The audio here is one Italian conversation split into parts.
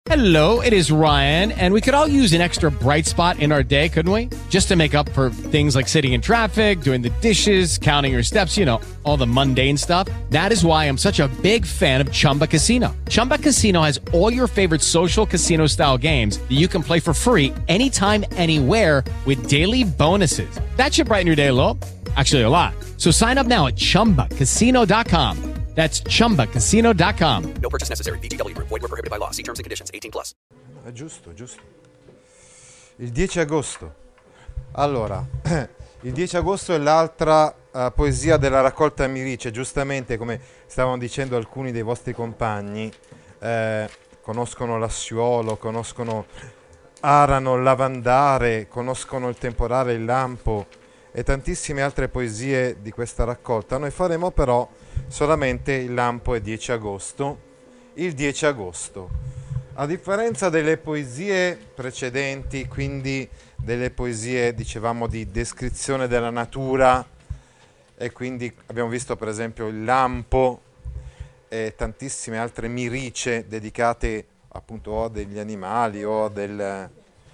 Hello, it is Ryan, and we could all use an extra bright spot in our day, couldn't we? Just to make up for things like sitting in traffic, doing the dishes, counting your steps, you know, all the mundane stuff. That is why I'm such a big fan of Chumba Casino. Chumba Casino has all your favorite social casino-style games that you can play for free anytime, anywhere with daily bonuses. That should brighten your day a little. Actually, a lot. So sign up now at ChumbaCasino.com. That's ChumbaCasino.com. No purchase necessary. VGW Group. Void where prohibited by law. See terms and conditions. 18+. È giusto, giusto. Il 10 agosto. Allora, il 10 agosto è l'altra poesia della raccolta Mirice. Giustamente, come stavano dicendo alcuni dei vostri compagni, conoscono l'Asciuolo, conoscono Arano, il Lavandare, conoscono il Temporale, il Lampo e tantissime altre poesie di questa raccolta. Noi faremo però solamente il Lampo e 10 agosto. Il 10 agosto, a differenza delle poesie precedenti, quindi delle poesie, dicevamo, di descrizione della natura, e quindi abbiamo visto per esempio il Lampo e tantissime altre mirice dedicate appunto o a degli animali o a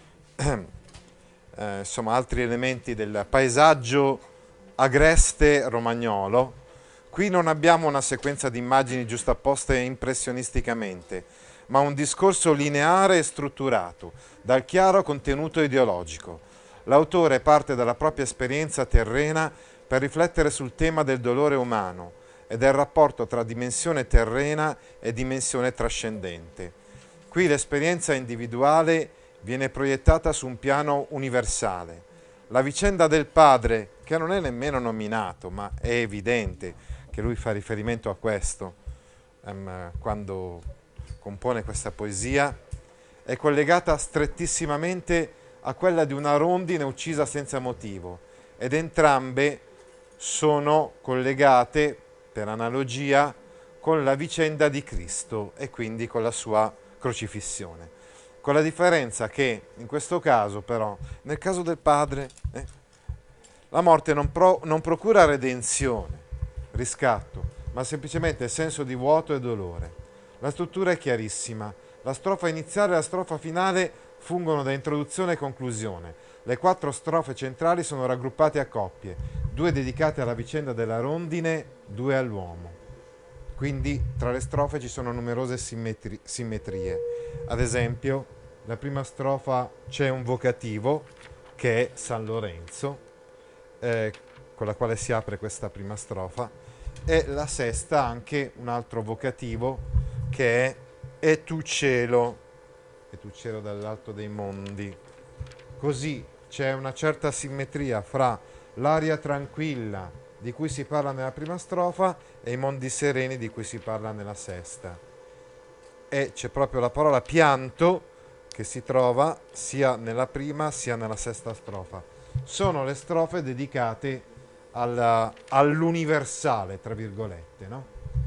insomma altri elementi del paesaggio agreste romagnolo. Qui non abbiamo una sequenza di immagini giustapposte impressionisticamente, ma un discorso lineare e strutturato, dal chiaro contenuto ideologico. L'autore parte dalla propria esperienza terrena per riflettere sul tema del dolore umano e del rapporto tra dimensione terrena e dimensione trascendente. Qui l'esperienza individuale viene proiettata su un piano universale. La vicenda del padre, che non è nemmeno nominato, ma è evidente che lui fa riferimento a questo quando compone questa poesia, è collegata strettissimamente a quella di una rondine uccisa senza motivo, ed entrambe sono collegate per analogia con la vicenda di Cristo e quindi con la sua crocifissione, con la differenza che in questo caso però, nel caso del padre, la morte non procura redenzione, riscatto, ma semplicemente senso di vuoto e dolore. La struttura è chiarissima. La strofa iniziale e la strofa finale fungono da introduzione e conclusione. Le 4 strofe centrali sono raggruppate a coppie, 2 dedicate alla vicenda della rondine, 2 all'uomo. Quindi tra le strofe ci sono numerose simmetrie. Ad esempio, la prima strofa c'è un vocativo che è San Lorenzo, con la quale si apre questa prima strofa, e la sesta anche un altro vocativo che è "E tu cielo dall'alto dei mondi". Così c'è una certa simmetria fra l'aria tranquilla di cui si parla nella prima strofa e i mondi sereni di cui si parla nella sesta, e c'è proprio la parola pianto che si trova sia nella prima sia nella sesta strofa. Sono le strofe dedicate all'universale, tra virgolette, no?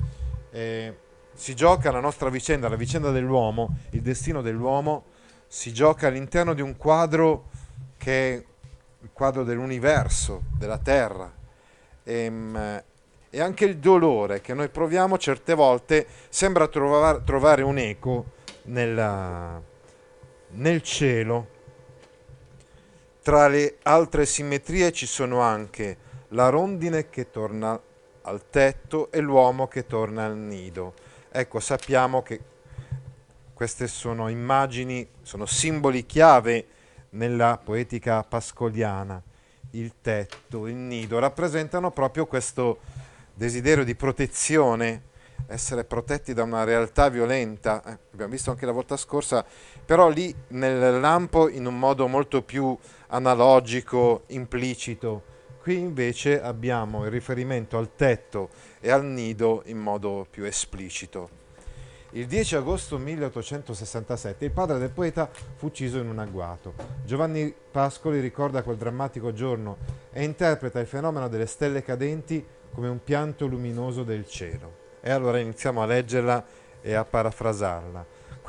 Si gioca la nostra vicenda, la vicenda dell'uomo, il destino dell'uomo, si gioca all'interno di un quadro che è il quadro dell'universo, della terra, e anche il dolore che noi proviamo certe volte sembra trovare un eco nel cielo. Tra le altre simmetrie ci sono anche la rondine che torna al tetto e l'uomo che torna al nido. Ecco, sappiamo che queste sono immagini, sono simboli chiave nella poetica pascoliana. Il tetto, il nido rappresentano proprio questo desiderio di protezione, essere protetti da una realtà violenta. Abbiamo visto anche la volta scorsa, però lì nel Lampo in un modo molto più analogico, implicito. Qui invece abbiamo il riferimento al tetto e al nido in modo più esplicito. Il 10 agosto 1867 il padre del poeta fu ucciso in un agguato. Giovanni Pascoli ricorda quel drammatico giorno e interpreta il fenomeno delle stelle cadenti come un pianto luminoso del cielo. E allora iniziamo a leggerla e a parafrasarla.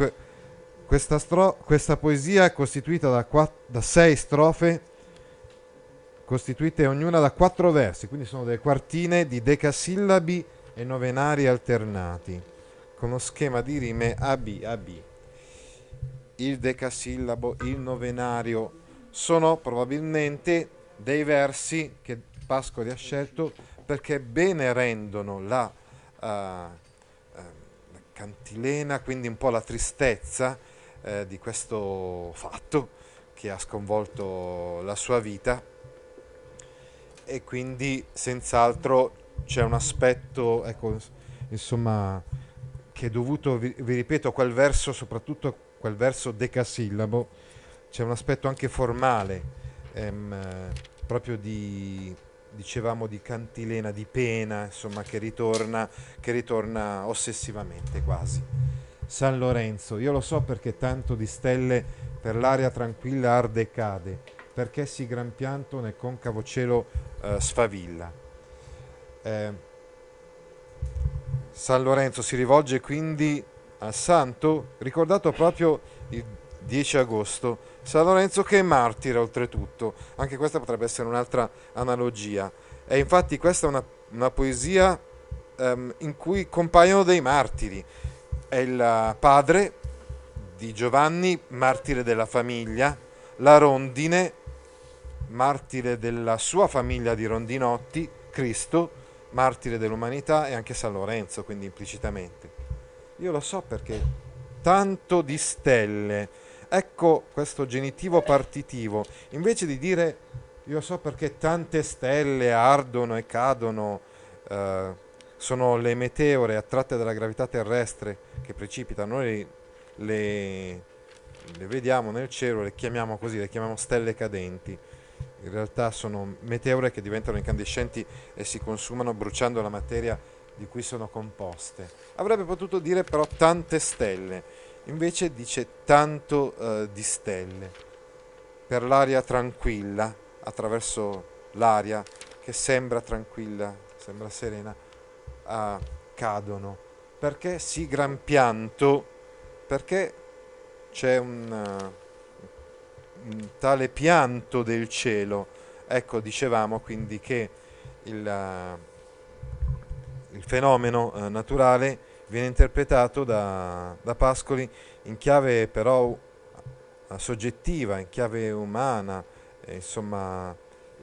Questa poesia è costituita da 6 strofe, costituite ognuna da 4 versi, quindi sono delle quartine di decasillabi e novenari alternati, con uno schema di rime AB. il decasillabo, il novenario, sono probabilmente dei versi che Pascoli ha scelto perché bene rendono la cantilena, quindi un po' la tristezza di questo fatto che ha sconvolto la sua vita, e quindi senz'altro c'è un aspetto, ecco, insomma, che è dovuto, vi ripeto, quel verso, soprattutto quel verso decasillabo, c'è un aspetto anche formale, proprio dicevamo, di cantilena, di pena, insomma, che ritorna ossessivamente quasi. San Lorenzo, io lo so perché tanto di stelle per l'aria tranquilla arde e cade, perché sì gran pianto nel concavo cielo sfavilla. San Lorenzo si rivolge quindi al santo ricordato proprio il 10 agosto, San Lorenzo che è martire oltretutto, anche questa potrebbe essere un'altra analogia, e infatti questa è una poesia in cui compaiono dei martiri. È il padre di Giovanni, martire della famiglia, la rondine, martire della sua famiglia di rondinotti, Cristo, martire dell'umanità, e anche San Lorenzo, quindi implicitamente. Io lo so perché tanto di stelle, ecco questo genitivo partitivo, invece di dire io so perché tante stelle ardono e cadono, sono le meteore attratte dalla gravità terrestre che precipitano, noi le vediamo nel cielo, le chiamiamo così, le chiamiamo stelle cadenti. In realtà sono meteore che diventano incandescenti e si consumano bruciando la materia di cui sono composte. Avrebbe potuto dire però tante stelle, invece dice tanto di stelle, per l'aria tranquilla, attraverso l'aria che sembra tranquilla, sembra serena, cadono. Perché sì gran pianto? Perché c'è un tale pianto del cielo. Ecco, dicevamo quindi che il fenomeno naturale viene interpretato da Pascoli in chiave però soggettiva, in chiave umana, insomma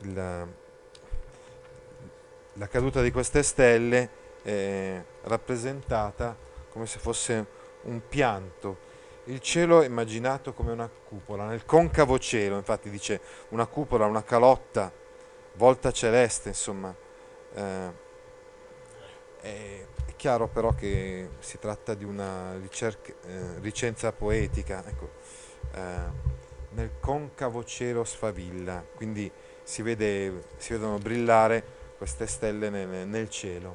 la caduta di queste stelle è rappresentata come se fosse un pianto. Il cielo è immaginato come una cupola, nel concavo cielo, infatti dice una cupola, una calotta, volta celeste, insomma. È chiaro però che si tratta di una licenza poetica, ecco. Nel concavo cielo sfavilla, quindi si vedono brillare queste stelle nel cielo.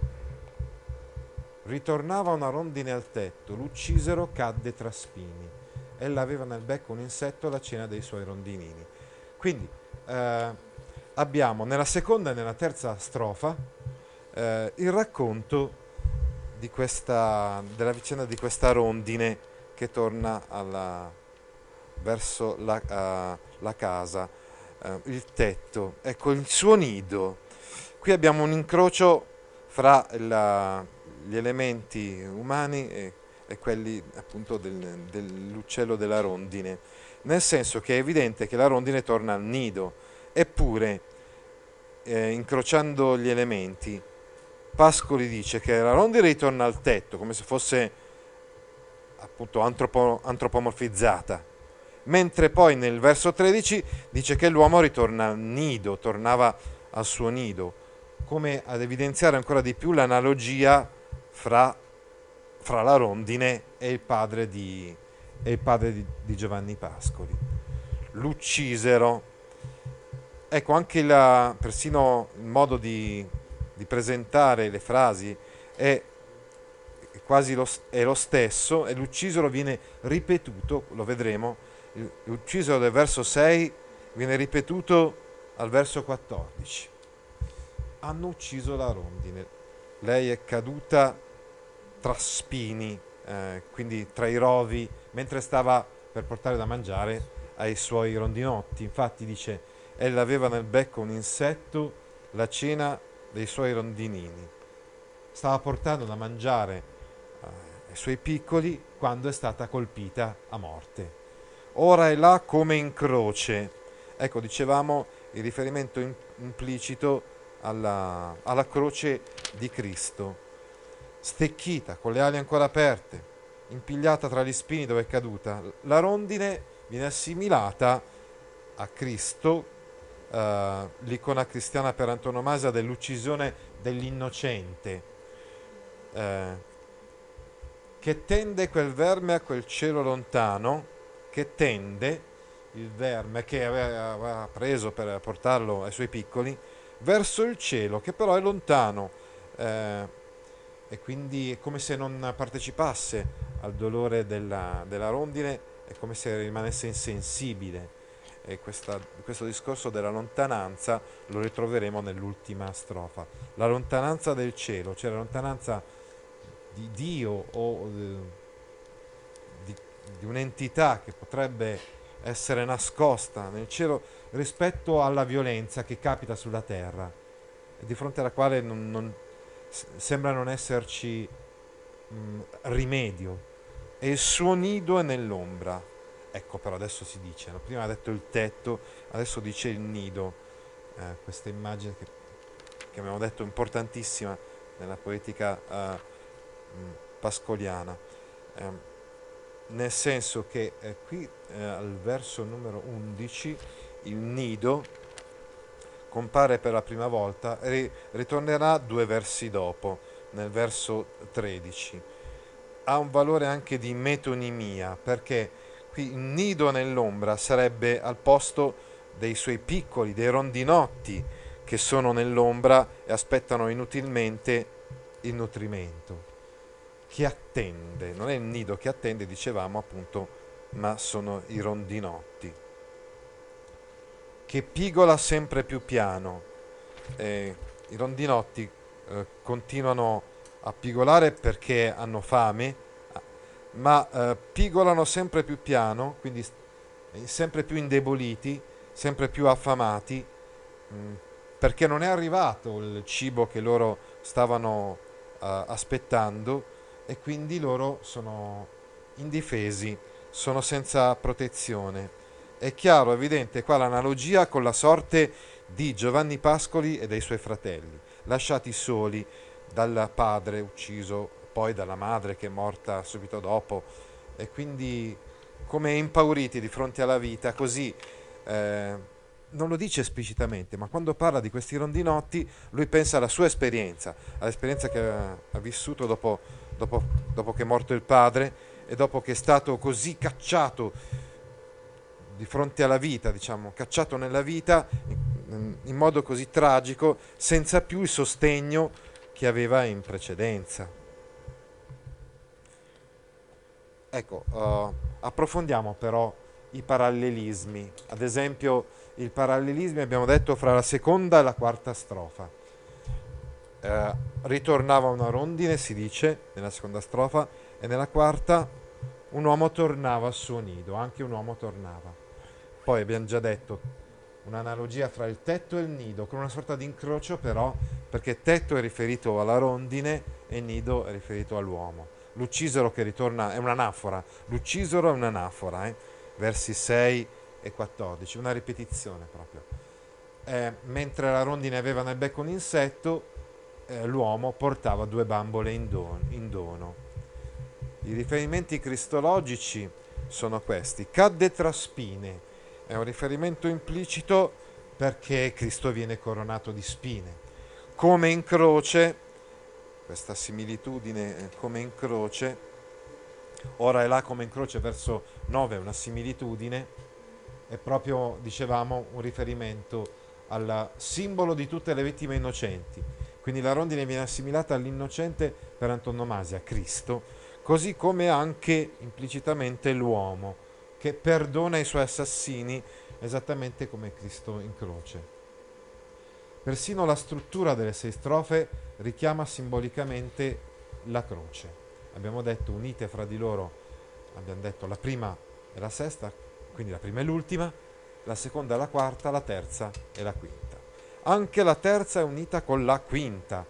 Ritornava una rondine al tetto, l'uccisero cadde tra spini. Ella aveva nel becco un insetto, la cena dei suoi rondinini. Quindi abbiamo nella seconda e nella terza strofa il racconto della vicenda di questa rondine che torna verso la casa, il tetto, ecco il suo nido. Qui abbiamo un incrocio fra gli elementi umani e quelli appunto dell'uccello della rondine, nel senso che è evidente che la rondine torna al nido, eppure incrociando gli elementi Pascoli dice che la rondine ritorna al tetto come se fosse appunto antropomorfizzata, mentre poi nel verso 13 dice che l'uomo ritorna al nido, tornava al suo nido, come ad evidenziare ancora di più l'analogia fra la rondine e il padre di Giovanni Pascoli. L'uccisero, ecco anche persino il modo di presentare le frasi è quasi lo stesso, e l'uccisero viene ripetuto, lo vedremo, l'uccisero del verso 6 viene ripetuto al verso 14. Hanno ucciso la rondine, lei è caduta tra spini, quindi tra i rovi, mentre stava per portare da mangiare ai suoi rondinotti. Infatti dice, ella aveva nel becco un insetto, la cena dei suoi rondinini. Stava portando da mangiare ai suoi piccoli quando è stata colpita a morte. Ora è là come in croce. Ecco, dicevamo il riferimento implicito alla croce di Cristo, stecchita, con le ali ancora aperte, impigliata tra gli spini dove è caduta. La rondine viene assimilata a Cristo, l'icona cristiana per antonomasia dell'uccisione dell'innocente, che tende quel verme a quel cielo lontano, che tende il verme che aveva preso per portarlo ai suoi piccoli verso il cielo, che però è lontano, e quindi è come se non partecipasse al dolore della rondine, è come se rimanesse insensibile. E questo discorso della lontananza lo ritroveremo nell'ultima strofa. La lontananza del cielo, cioè la lontananza di Dio o di un'entità che potrebbe essere nascosta nel cielo rispetto alla violenza che capita sulla terra e di fronte alla quale sembra non esserci rimedio, e il suo nido è nell'ombra. Ecco, però adesso si dice, no? Prima ha detto il tetto, adesso dice il nido, questa immagine che abbiamo detto importantissima nella poetica pascoliana, nel senso che qui al verso numero 11 il nido compare per la prima volta e ritornerà 2 versi dopo, nel verso 13. Ha un valore anche di metonimia, perché qui il nido nell'ombra sarebbe al posto dei suoi piccoli, dei rondinotti che sono nell'ombra e aspettano inutilmente il nutrimento. Chi attende, non è il nido che attende, dicevamo appunto, ma sono i rondinotti. Che pigola sempre più piano. I rondinotti continuano a pigolare perché hanno fame, ma pigolano sempre più piano, quindi sempre più indeboliti, sempre più affamati, perché non è arrivato il cibo che loro stavano aspettando, e quindi loro sono indifesi, sono senza protezione. È chiaro, evidente qua l'analogia con la sorte di Giovanni Pascoli e dei suoi fratelli, lasciati soli dal padre ucciso, poi dalla madre che è morta subito dopo, e quindi come impauriti di fronte alla vita, così non lo dice esplicitamente, ma quando parla di questi rondinotti lui pensa alla sua esperienza, all'esperienza che ha vissuto dopo che è morto il padre e dopo che è stato così cacciato di fronte alla vita, diciamo, cacciato nella vita in modo così tragico, senza più il sostegno che aveva in precedenza. Ecco, approfondiamo però i parallelismi. Ad esempio, il parallelismo abbiamo detto fra la seconda e la quarta strofa. Ritornava una rondine, si dice, nella seconda strofa, e nella quarta un uomo tornava al suo nido, anche un uomo tornava. Poi abbiamo già detto un'analogia fra il tetto e il nido, con una sorta di incrocio però, perché tetto è riferito alla rondine e nido è riferito all'uomo. L'uccisero che ritorna è un'anafora, l'uccisero è un'anafora, versi 6 e 14, una ripetizione proprio. Mentre la rondine aveva nel becco un insetto, l'uomo portava 2 bambole in dono. I riferimenti cristologici sono questi. Cadde tra spine, è un riferimento implicito perché Cristo viene coronato di spine. Come in croce, questa similitudine come in croce, ora è là come in croce, verso 9 è una similitudine, è proprio, dicevamo, un riferimento al simbolo di tutte le vittime innocenti. Quindi la rondine viene assimilata all'innocente per antonomasia, Cristo, così come anche implicitamente l'uomo, che perdona i suoi assassini esattamente come Cristo in croce. Persino la struttura delle 6 strofe richiama simbolicamente la croce. Abbiamo detto unite fra di loro, abbiamo detto la prima e la sesta, quindi la prima e l'ultima, la seconda e la quarta, la terza e la quinta. Anche la terza è unita con la quinta,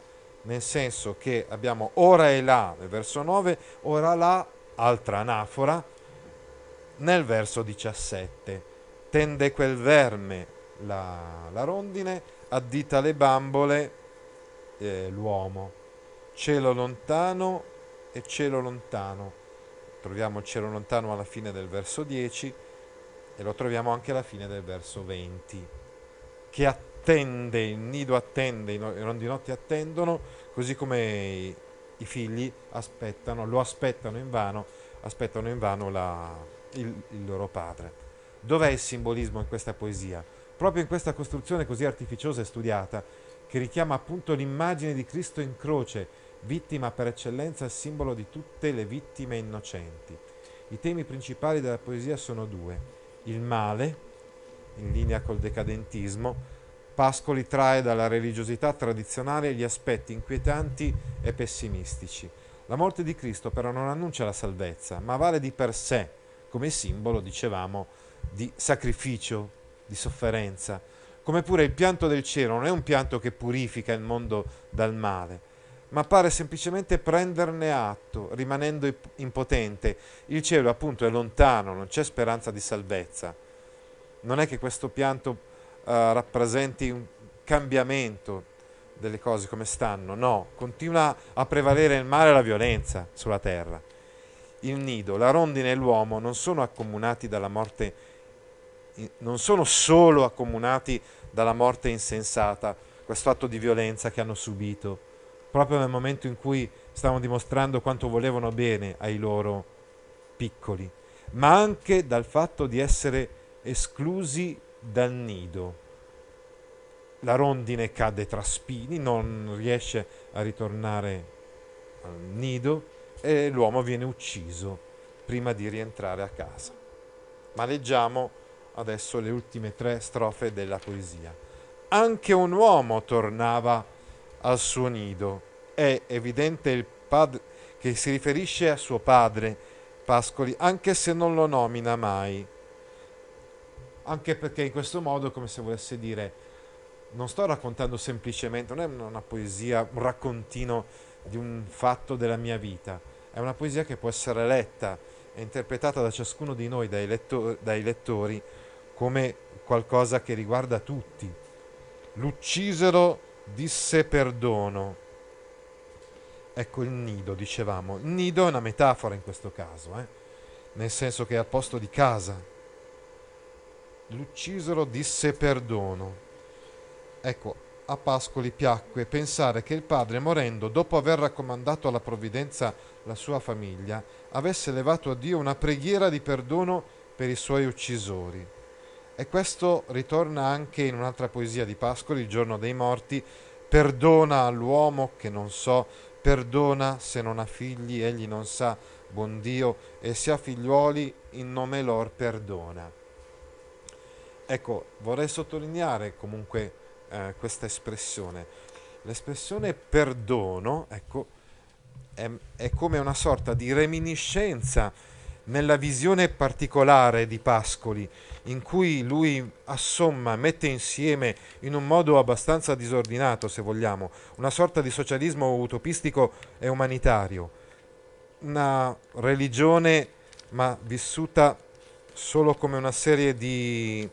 nel senso che abbiamo ora e là nel verso 9, ora là, altra anafora, nel verso 17. Tende quel verme la rondine, addita le bambole l'uomo. Cielo lontano e cielo lontano. Troviamo il cielo lontano alla fine del verso 10 e lo troviamo anche alla fine del verso 20. Che attende, il nido attende, i rondinotti attendono, così come i figli lo aspettano invano il loro padre. Dov'è il simbolismo in questa poesia? Proprio in questa costruzione così artificiosa e studiata, che richiama appunto l'immagine di Cristo in croce, vittima per eccellenza, simbolo di tutte le vittime innocenti. I temi principali della poesia sono due: il male, in linea col decadentismo. Pascoli trae dalla religiosità tradizionale gli aspetti inquietanti e pessimistici. La morte di Cristo però non annuncia la salvezza, ma vale di per sé come simbolo, dicevamo, di sacrificio, di sofferenza. Come pure il pianto del cielo non è un pianto che purifica il mondo dal male, ma pare semplicemente prenderne atto, rimanendo impotente. Il cielo appunto è lontano, non c'è speranza di salvezza. Non è che questo pianto rappresenti un cambiamento delle cose come stanno, no, continua a prevalere il male e la violenza sulla terra. Il nido, la rondine e l'uomo non sono accomunati dalla morte, non sono solo accomunati dalla morte insensata, questo atto di violenza che hanno subito, proprio nel momento in cui stavano dimostrando quanto volevano bene ai loro piccoli, ma anche dal fatto di essere esclusi dal nido. La rondine cade tra spini, non riesce a ritornare al nido e l'uomo viene ucciso prima di rientrare a casa. Ma leggiamo adesso le ultime 3 strofe della poesia. Anche un uomo tornava al suo nido. È evidente il che si riferisce a suo padre, Pascoli, anche se non lo nomina mai. Anche perché in questo modo, come se volesse dire, non sto raccontando semplicemente, non è una poesia, un raccontino di un fatto della mia vita, è una poesia che può essere letta e interpretata da ciascuno di noi, dai lettori, come qualcosa che riguarda tutti. L'uccisero disse perdono. Ecco il nido, dicevamo. Il nido è una metafora in questo caso, nel senso che è al posto di casa. L'uccisero disse perdono. Ecco, a Pascoli piacque pensare che il padre, morendo, dopo aver raccomandato alla provvidenza la sua famiglia, avesse elevato a Dio una preghiera di perdono per i suoi uccisori. E questo ritorna anche in un'altra poesia di Pascoli, Il giorno dei morti: perdona all'uomo che non so, perdona se non ha figli, egli non sa, buon Dio, e se ha figliuoli, in nome lor perdona. Ecco, vorrei sottolineare comunque questa espressione. L'espressione perdono, ecco, è come una sorta di reminiscenza nella visione particolare di Pascoli, in cui lui assomma, mette insieme in un modo abbastanza disordinato, se vogliamo, una sorta di socialismo utopistico e umanitario, una religione ma vissuta solo come una serie di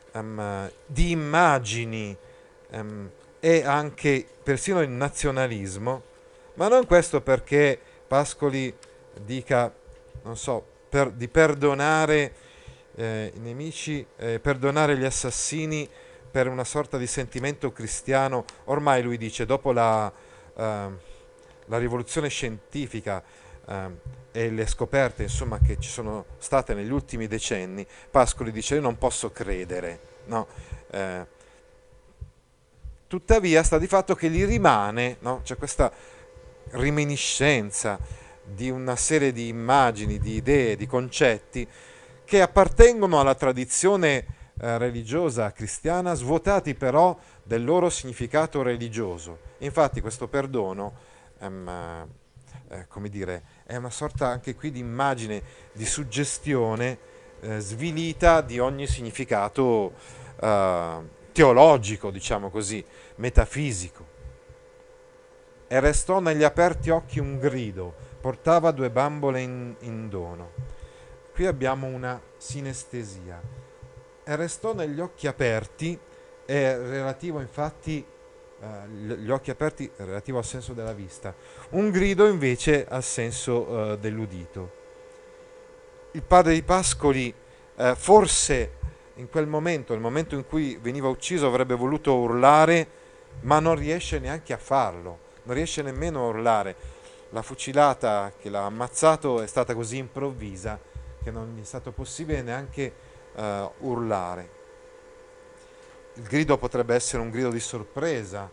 immagini, e anche persino il nazionalismo, ma non questo perché Pascoli dica, non so, di perdonare i nemici, perdonare gli assassini per una sorta di sentimento cristiano. Ormai lui dice, dopo la rivoluzione scientifica e le scoperte, insomma, che ci sono state negli ultimi decenni, Pascoli dice: io non posso credere, no? Tuttavia sta di fatto che gli rimane, no? C'è questa reminiscenza di una serie di immagini, di idee, di concetti che appartengono alla tradizione religiosa cristiana, svuotati però del loro significato religioso. Infatti questo perdono, come dire, è una sorta anche qui di immagine, di suggestione svilita di ogni significato teologico, diciamo così, metafisico. e restò negli aperti occhi un grido, portava 2 bambole in dono. Qui abbiamo una sinestesia. E restò negli occhi aperti, è relativo infatti, gli occhi aperti è relativo al senso della vista, un grido invece al senso dell'udito. Il padre di Pascoli forse in quel momento, nel momento in cui veniva ucciso, avrebbe voluto urlare, ma non riesce neanche a farlo, non riesce nemmeno a urlare. La fucilata che l'ha ammazzato è stata così improvvisa che non gli è stato possibile neanche urlare. Il grido potrebbe essere un grido di sorpresa,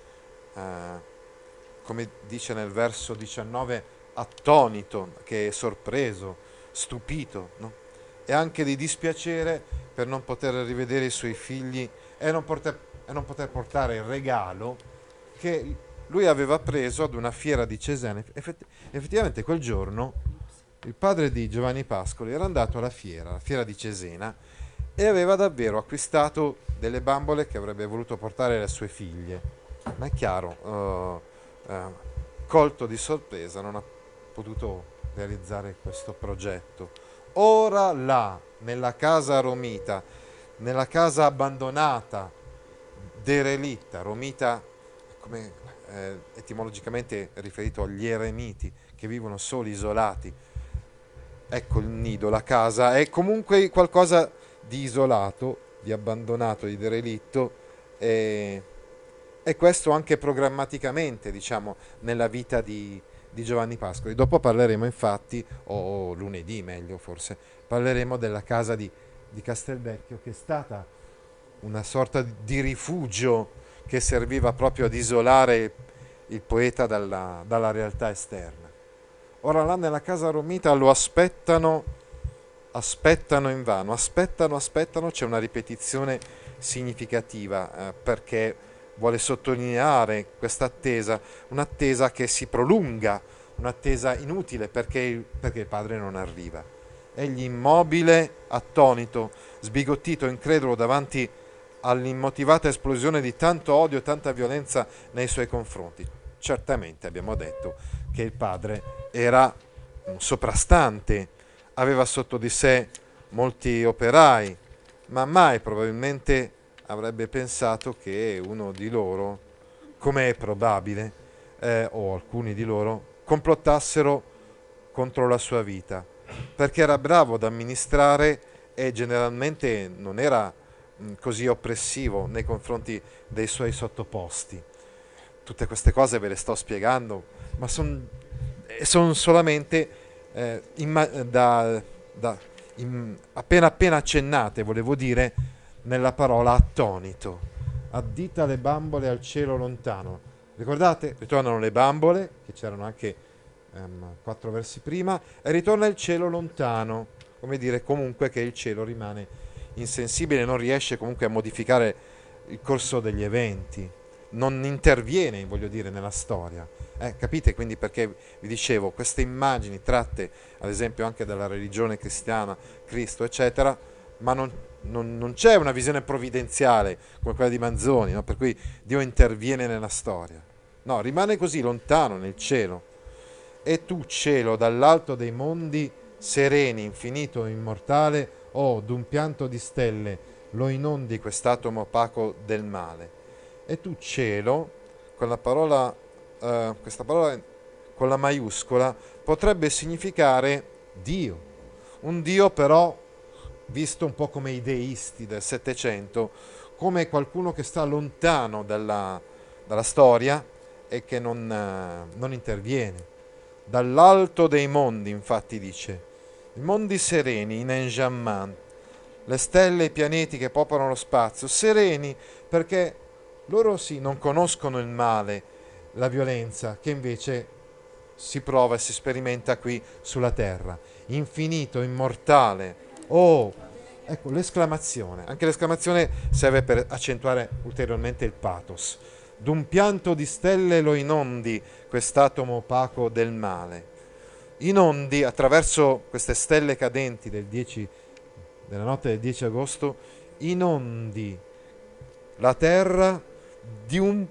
come dice nel verso 19, attonito, che è sorpreso, stupito, no? E anche di dispiacere per non poter rivedere i suoi figli e non poter portare il regalo che lui aveva preso ad una fiera di Cesena. Effettivamente quel giorno il padre di Giovanni Pascoli era andato alla fiera di Cesena, e aveva davvero acquistato delle bambole che avrebbe voluto portare alle sue figlie. Ma è chiaro, colto di sorpresa, non ha potuto realizzare questo progetto. Ora là, nella casa romita, nella casa abbandonata, derelitta, romita come etimologicamente riferito agli eremiti che vivono soli, isolati. Ecco il nido, la casa è comunque qualcosa di isolato, di abbandonato, di derelitto, e questo anche programmaticamente, diciamo, nella vita di Giovanni Pascoli. Dopo parleremo infatti, o lunedì meglio forse, parleremo della casa di Castelvecchio, che è stata una sorta di rifugio che serviva proprio ad isolare il poeta dalla realtà esterna. Ora là nella casa romita lo aspettano invano, aspettano, c'è una ripetizione significativa perché vuole sottolineare questa attesa, un'attesa che si prolunga, un'attesa inutile perché il padre non arriva. Egli immobile, attonito, sbigottito, incredulo davanti all'immotivata esplosione di tanto odio e tanta violenza nei suoi confronti. Certamente abbiamo detto che il padre era un soprastante, aveva sotto di sé molti operai, ma mai probabilmente avrebbe pensato che uno di loro, come è probabile, o alcuni di loro, complottassero contro la sua vita, perché era bravo ad amministrare e generalmente non era così oppressivo nei confronti dei suoi sottoposti. Tutte queste cose ve le sto spiegando, ma sono solamente appena accennate, volevo dire, nella parola attonito. Addita le bambole al cielo lontano. Ricordate? Ritornano le bambole, che c'erano anche 4 versi prima, e ritorna il cielo lontano, come dire comunque che il cielo rimane insensibile, non riesce comunque a modificare il corso degli eventi, non interviene, voglio dire, nella storia. Capite quindi perché vi dicevo, queste immagini tratte ad esempio anche dalla religione cristiana, Cristo eccetera, ma non c'è una visione provvidenziale come quella di Manzoni, no? Per cui Dio interviene nella storia, no, rimane così lontano nel cielo. E tu, cielo, dall'alto dei mondi, sereni, infinito e immortale, d'un pianto di stelle lo inondi quest'atomo opaco del male. E tu, cielo, con la parola, questa parola con la maiuscola potrebbe significare Dio, un Dio però visto un po' come i deisti del Settecento, come qualcuno che sta lontano dalla storia e che non interviene. Dall'alto dei mondi, infatti dice, i mondi sereni in Enjamman, le stelle e i pianeti che popolano lo spazio, sereni perché loro sì non conoscono il male, la violenza, che invece si prova e si sperimenta qui sulla terra. Infinito, immortale. Ecco l'esclamazione. Anche l'esclamazione serve per accentuare ulteriormente il pathos. D'un pianto di stelle lo inondi quest'atomo opaco del male. Inondi attraverso queste stelle cadenti della notte del 10 agosto, inondi la terra di un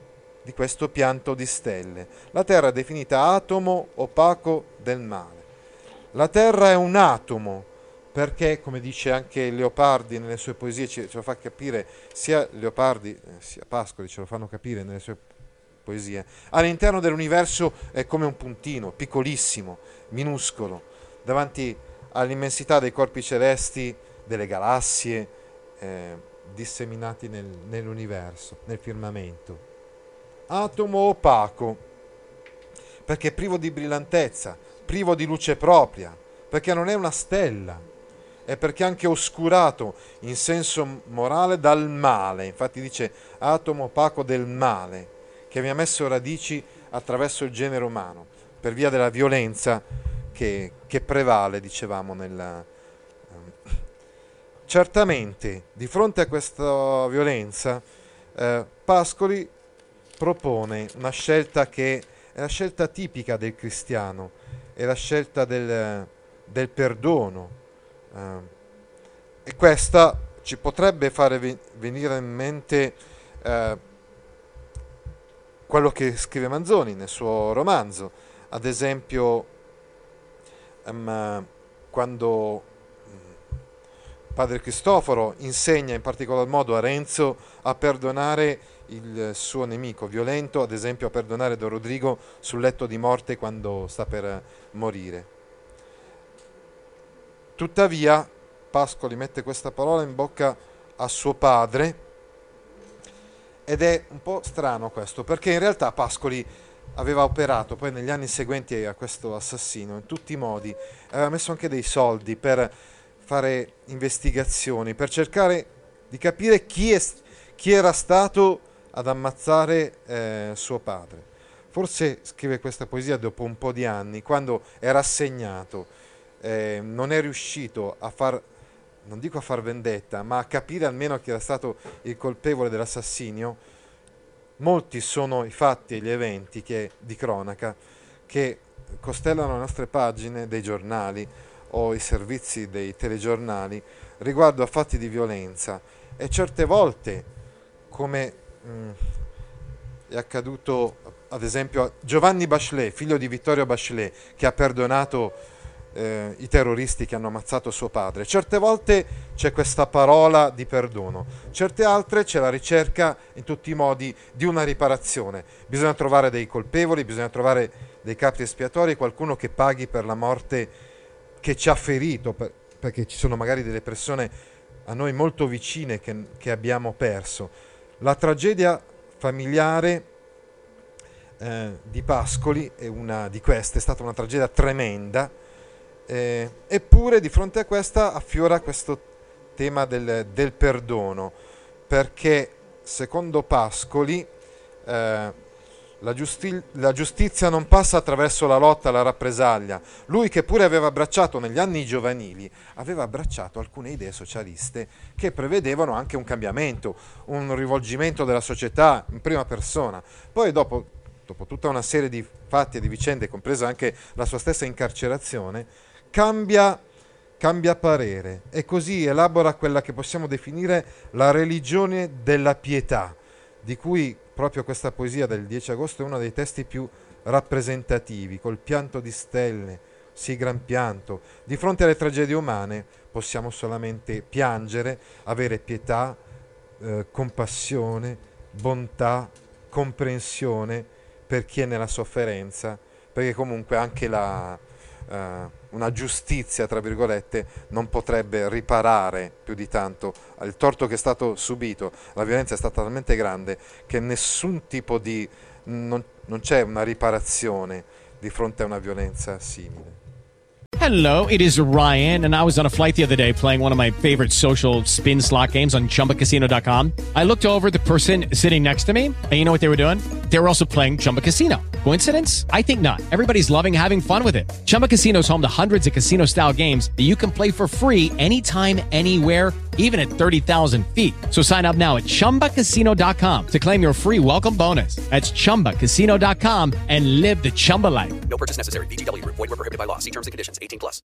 di questo pianto di stelle. La Terra è definita atomo opaco del male. La Terra è un atomo perché, come dice anche Leopardi nelle sue poesie, ce lo fa capire, sia Leopardi sia Pascoli ce lo fanno capire nelle sue poesie, all'interno dell'universo è come un puntino, piccolissimo, minuscolo, davanti all'immensità dei corpi celesti, delle galassie disseminati nell'universo, nel firmamento. Atomo opaco, perché privo di brillantezza, privo di luce propria, perché non è una stella, è perché è anche oscurato in senso morale dal male. Infatti dice atomo opaco del male, che vi ha messo radici attraverso il genere umano, per via della violenza che prevale, dicevamo, certamente di fronte a questa violenza Pascoli propone una scelta che è la scelta tipica del cristiano, è la scelta del perdono, e questa ci potrebbe fare venire in mente quello che scrive Manzoni nel suo romanzo, ad esempio quando padre Cristoforo insegna in particolar modo a Renzo a perdonare il suo nemico violento, ad esempio a perdonare Don Rodrigo sul letto di morte quando sta per morire. Tuttavia Pascoli mette questa parola in bocca a suo padre, ed è un po' strano questo, perché in realtà Pascoli aveva operato poi negli anni seguenti a questo assassino in tutti i modi, aveva messo anche dei soldi per fare investigazioni, per cercare di capire chi era stato ad ammazzare suo padre. Forse scrive questa poesia dopo un po' di anni, quando è rassegnato, non è riuscito a non dico a far vendetta, ma a capire almeno chi era stato il colpevole dell'assassinio. Molti sono i fatti e gli eventi di cronaca che costellano le nostre pagine dei giornali o i servizi dei telegiornali riguardo a fatti di violenza, e certe volte, come è accaduto ad esempio a Giovanni Bachelet, figlio di Vittorio Bachelet, che ha perdonato i terroristi che hanno ammazzato suo padre, certe volte c'è questa parola di perdono, certe altre c'è la ricerca in tutti i modi di una riparazione. Bisogna trovare dei colpevoli, bisogna trovare dei capri espiatori, qualcuno che paghi per la morte che ci ha ferito, perché ci sono magari delle persone a noi molto vicine che abbiamo perso. La tragedia familiare di Pascoli è una di queste, è stata una tragedia tremenda, eppure di fronte a questa affiora questo tema del perdono, perché secondo Pascoli la giustizia non passa attraverso la lotta alla rappresaglia. Lui, che pure aveva abbracciato negli anni giovanili, aveva abbracciato alcune idee socialiste che prevedevano anche un cambiamento, un rivolgimento della società in prima persona. Poi dopo tutta una serie di fatti e di vicende, compresa anche la sua stessa incarcerazione, cambia parere e così elabora quella che possiamo definire la religione della pietà, di cui proprio questa poesia del 10 agosto è uno dei testi più rappresentativi. Col pianto di stelle, sì gran pianto, di fronte alle tragedie umane possiamo solamente piangere, avere pietà, compassione, bontà, comprensione per chi è nella sofferenza, perché comunque anche una giustizia, tra virgolette, non potrebbe riparare più di tanto al torto che è stato subito. La violenza è stata talmente grande che nessun tipo non c'è una riparazione di fronte a una violenza simile. Hello, it is Ryan, and I was on a flight the other day playing one of my favorite social spin slot games on ChumbaCasino.com. I looked over at the person sitting next to me, and you know what they were doing? They were also playing Chumba Casino. Coincidence? I think not. Everybody's loving having fun with it. Chumba Casino is home to hundreds of casino-style games that you can play for free anytime, anywhere, even at 30,000 feet. So sign up now at ChumbaCasino.com to claim your free welcome bonus. That's ChumbaCasino.com and live the Chumba life. No purchase necessary. VGW Group. Void where prohibited by law. See terms and conditions. 18+.